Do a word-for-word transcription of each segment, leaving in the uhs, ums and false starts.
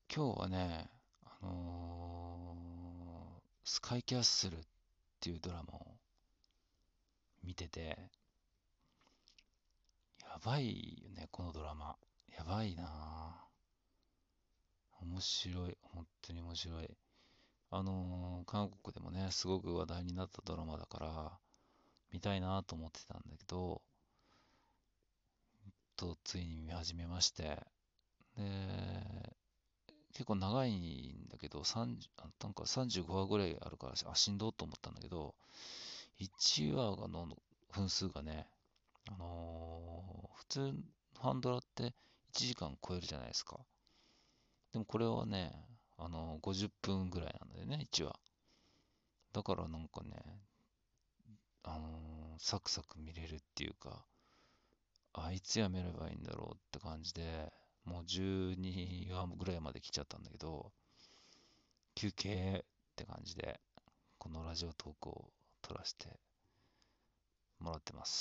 今日はね、あのースカイキャッスルっていうドラマを見てて、やばいよね、このドラマ。やばいなぁ。面白い。本当に面白い。あのー韓国でもね、すごく話題になったドラマだから、見たいなと思ってたんだけど、と、ついに見始めまして。で、結構長いんだけど、さんじゅう、あなんかさんじゅうごわぐらいあるから、あ、しんどっと思ったんだけど、いちわの分数がね、あのー普通のハンドラっていちじかん超えるじゃないですか。でもこれはね、あのーごじゅっぷんぐらいなんだよね、いちわ。だからなんかね、あのーサクサク見れるっていうか、あいつやめればいいんだろうって感じで、もうじゅうにわぐらいまで来ちゃったんだけど、休憩って感じで、このラジオトークを撮らせてもらってます。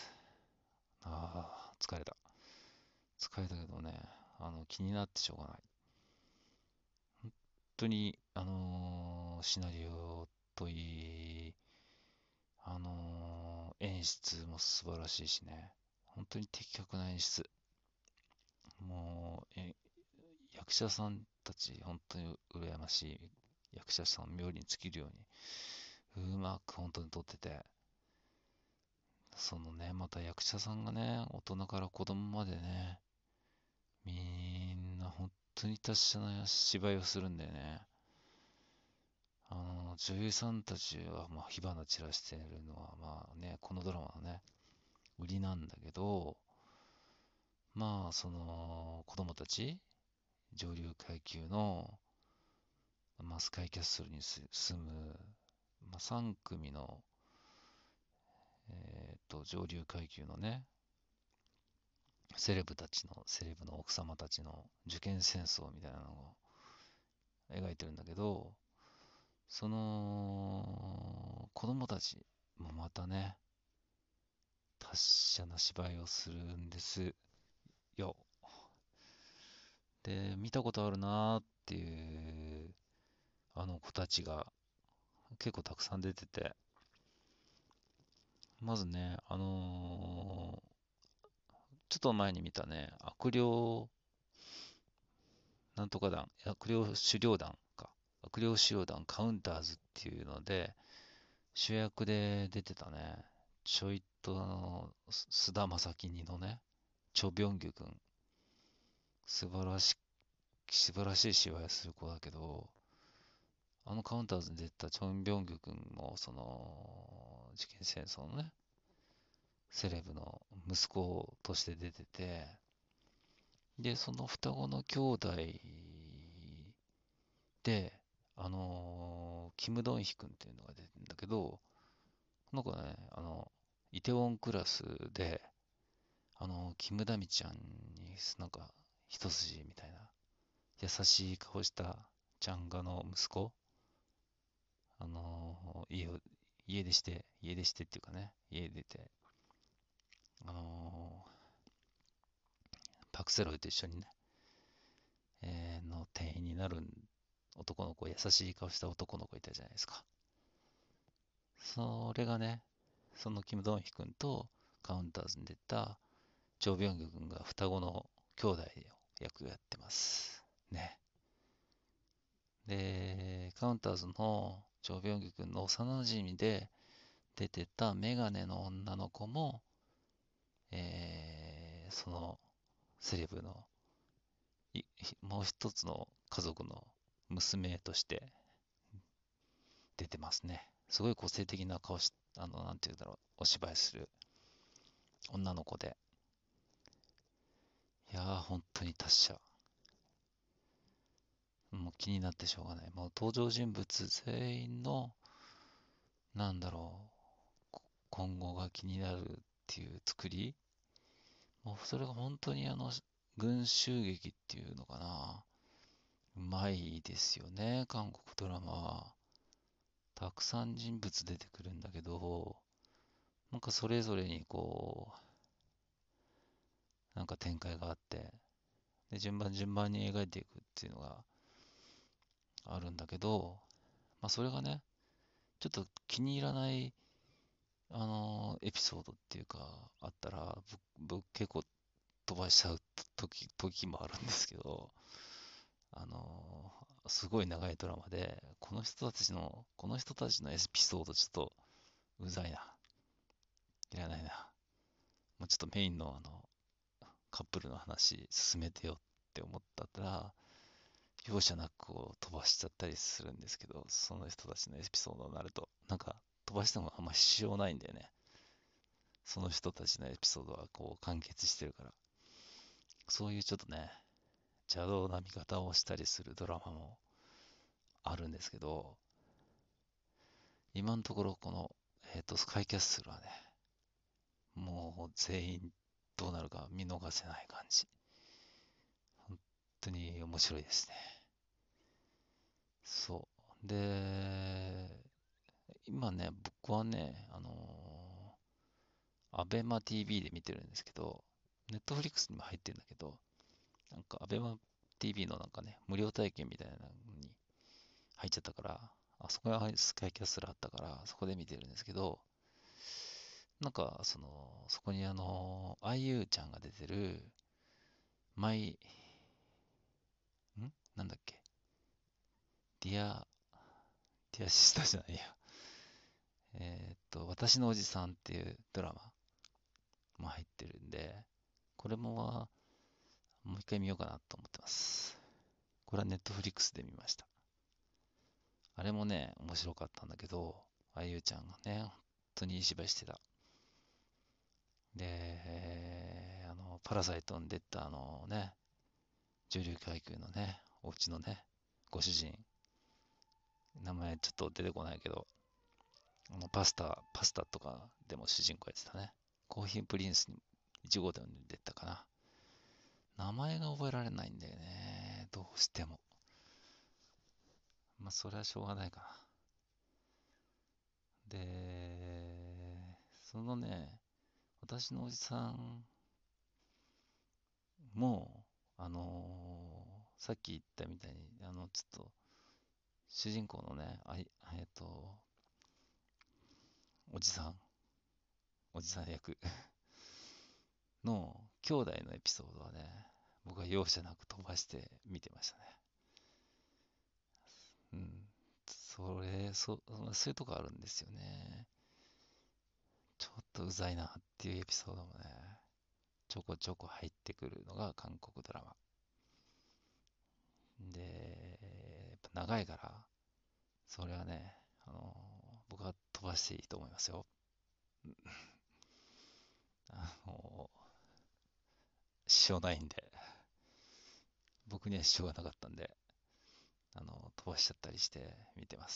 ああ、疲れた。疲れたけどね、あの、気になってしょうがない。本当に、あのーシナリオといい、あのー演出も素晴らしいしね。本当に的確な演出。もう、え、役者さんたち、本当に羨ましい役者さん、妙に尽きるように、うまく本当に撮ってて、そのね、また役者さんがね、大人から子供までね、みんな本当に達者な芝居をするんだよね。あの、女優さんたちは、まあ、火花散らしてるのは、まあね、このドラマのね、売りなんだけど、まあ、その、子供たち、上流階級の、まあ、スカイキャッスルにす住む、まあ、さん組の、えっと、上流階級のね、セレブたちの、セレブの奥様たちの受験戦争みたいなのを描いてるんだけど、その、子供たちもまたね、達者な芝居をするんですよ。で、見たことあるなーっていうあの子たちが結構たくさん出てて、まずね、あのーちょっと前に見たね、悪霊なんとか団、悪霊狩猟団か。悪霊狩猟団カウンターズっていうので、主役で出てたね、ちょいとあの、菅田将暉にのね、チョ・ビョンギュ君、素晴らし素晴らしい芝居をする子だけど、あのカウンターズに出てたチョン・ビョンギュ君も、その、受験戦争のね、セレブの息子として出てて、で、その双子の兄弟で、あのーキム・ドンヒ君っていうのが出てるんだけど、この子はね、あの、イテウォンクラスで、あの、キム・ダミちゃんになんか一筋みたいな、優しい顔したちゃんがの息子、あのー家を、家出して、家出してっていうかね、家出て、あのーパクセロイと一緒にね、えーの店員になる男の子、優しい顔した男の子いたじゃないですか。それがね、そのキム・ドンヒ君とカウンターズに出たチョ・ビョンギュ君が双子の兄弟役をやってます。ね。で、カウンターズのチョ・ビョンギュ君の幼馴染で出てたメガネの女の子も、えーそのセレブのいもう一つの家族の娘として出てますね。すごい個性的な顔し、あの、なんていうんだろう、お芝居する女の子で。いやー、本当に達者。もう気になってしょうがない。もう登場人物全員の、なんだろう、今後が気になるっていう作り。もうそれが本当にあの、群衆劇っていうのかな。うまいですよね、韓国ドラマは。たくさん人物出てくるんだけど、なんかそれぞれにこう、なんか展開があって、 で、順番順番に描いていくっていうのがあるんだけど、まあそれがね、ちょっと気に入らない、あのーエピソードっていうか、あったら、僕、僕結構飛ばしちゃう時、時もあるんですけど、あのーすごい長いドラマで、この人たちの、この人たちのエピソードちょっとうざいな。いらないな。もうちょっとメインのあの、カップルの話進めてよって思ったら、容赦なくこう飛ばしちゃったりするんですけど、その人たちのエピソードになると、なんか飛ばしてもあんま必要ないんだよね。その人たちのエピソードはこう完結してるから。そういうちょっとね、邪道な見方をしたりするドラマもあるんですけど、今のところこの、えっと、スカイキャッスルはね、もう全員どうなるか見逃せない感じ。本当に面白いですね。そう。で、今ね、僕はね、あのー、アベマ ティービー で見てるんですけど、ネットフリックスにも入ってるんだけど、なんかアベマ ティービー のなんかね、無料体験みたいなのに入っちゃったから、あそこがスカイキャッスルあったから、そこで見てるんですけど、なんか、その、そこにあの、アイユーちゃんが出てる、マイ、んなんだっけ、ディア、ディアシスターじゃないや。えーっと、私のおじさんっていうドラマも入ってるんで、これもはもう一回見ようかなと思ってます。これはネットフリックスで見ました。あれもね、面白かったんだけど、あゆちゃんがね、本当にいい芝居してた。で、えーあの、パラサイトに出たあのね、女流階級のね、お家のね、ご主人、名前ちょっと出てこないけど、あのパスタ、パスタとかでも主人公やってたね。コーヒープリンスにいち号店に出たかな。名前が覚えられないんだよね。どうしても。まあ、それはしょうがないかな。で、そのね、私のおじさんも、あのーさっき言ったみたいに、あの、ちょっと、主人公のね、あい、えっと、おじさん、おじさん役の兄弟のエピソードはね、僕は容赦なく飛ばして見てましたね。うん。それ、そ、そういうとこあるんですよね。ちょっとうざいなっていうエピソードもね、ちょこちょこ入ってくるのが韓国ドラマ。で、やっぱ長いから、それはね、あの僕は飛ばしていいと思いますよ。あの支障ないんで、僕には支障がなかったんで、あの飛ばしちゃったりして見てます。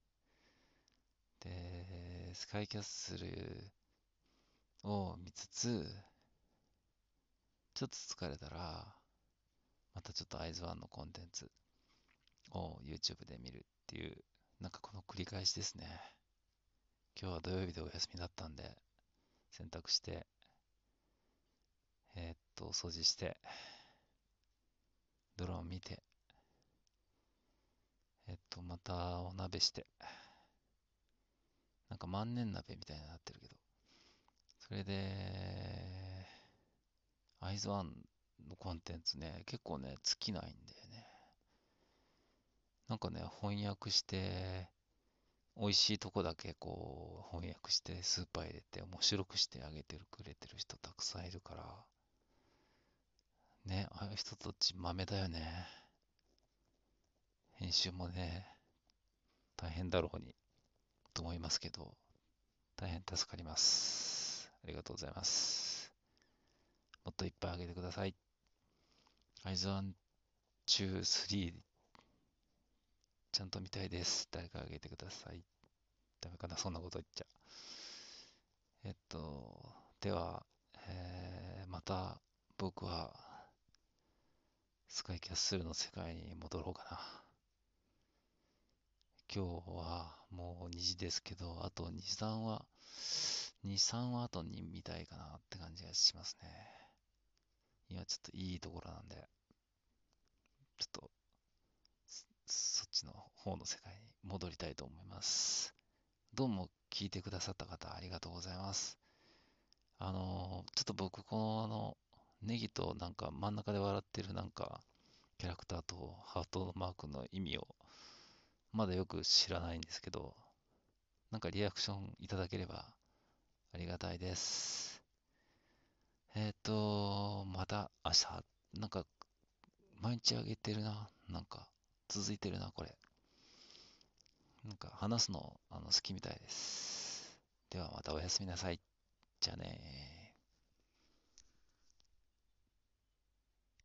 で、スカイキャッスルを見つつ、ちょっと疲れたら、またちょっとアイズワンのコンテンツを YouTube で見るっていう、なんかこの繰り返しですね。今日は土曜日でお休みだったんで、洗濯して、えーっと、掃除して、ドラマ見て、えっと、またお鍋して、なんか万年鍋みたいになってるけど、それで、アイズワンのコンテンツね、結構ね、尽きないんだよね。なんかね、翻訳して、美味しいとこだけこう、翻訳してスーパー入れて面白くしてあげてるくれてる人たくさんいるから、ね、ああいう人たち豆だよね。編集もね、大変だろうに、と思いますけど、大変助かります。ありがとうございます。もっといっぱいあげてください。アイズワン、ツー、スリー、ちゃんと見たいです。誰かあげてください。ダメかな、そんなこと言っちゃ。えっと、では、えーまた僕はスカイキャッスルの世界に戻ろうかな。今日はもうにじですけど、あとに、さんは、に、さんは後に見たいかなって感じがしますね。今ちょっといいところなんで、ちょっとそっちの方の世界に戻りたいと思います。どうも聞いてくださった方ありがとうございます。あのーちょっと僕このあのネギとなんか真ん中で笑ってるなんかキャラクターとハートマークの意味をまだよく知らないんですけど、なんかリアクションいただければありがたいです。えっと、また明日、なんか毎日あげてるな。なんか続いてるな、これ。なんか話すのあの好きみたいです。ではまたおやすみなさい。じゃあねー。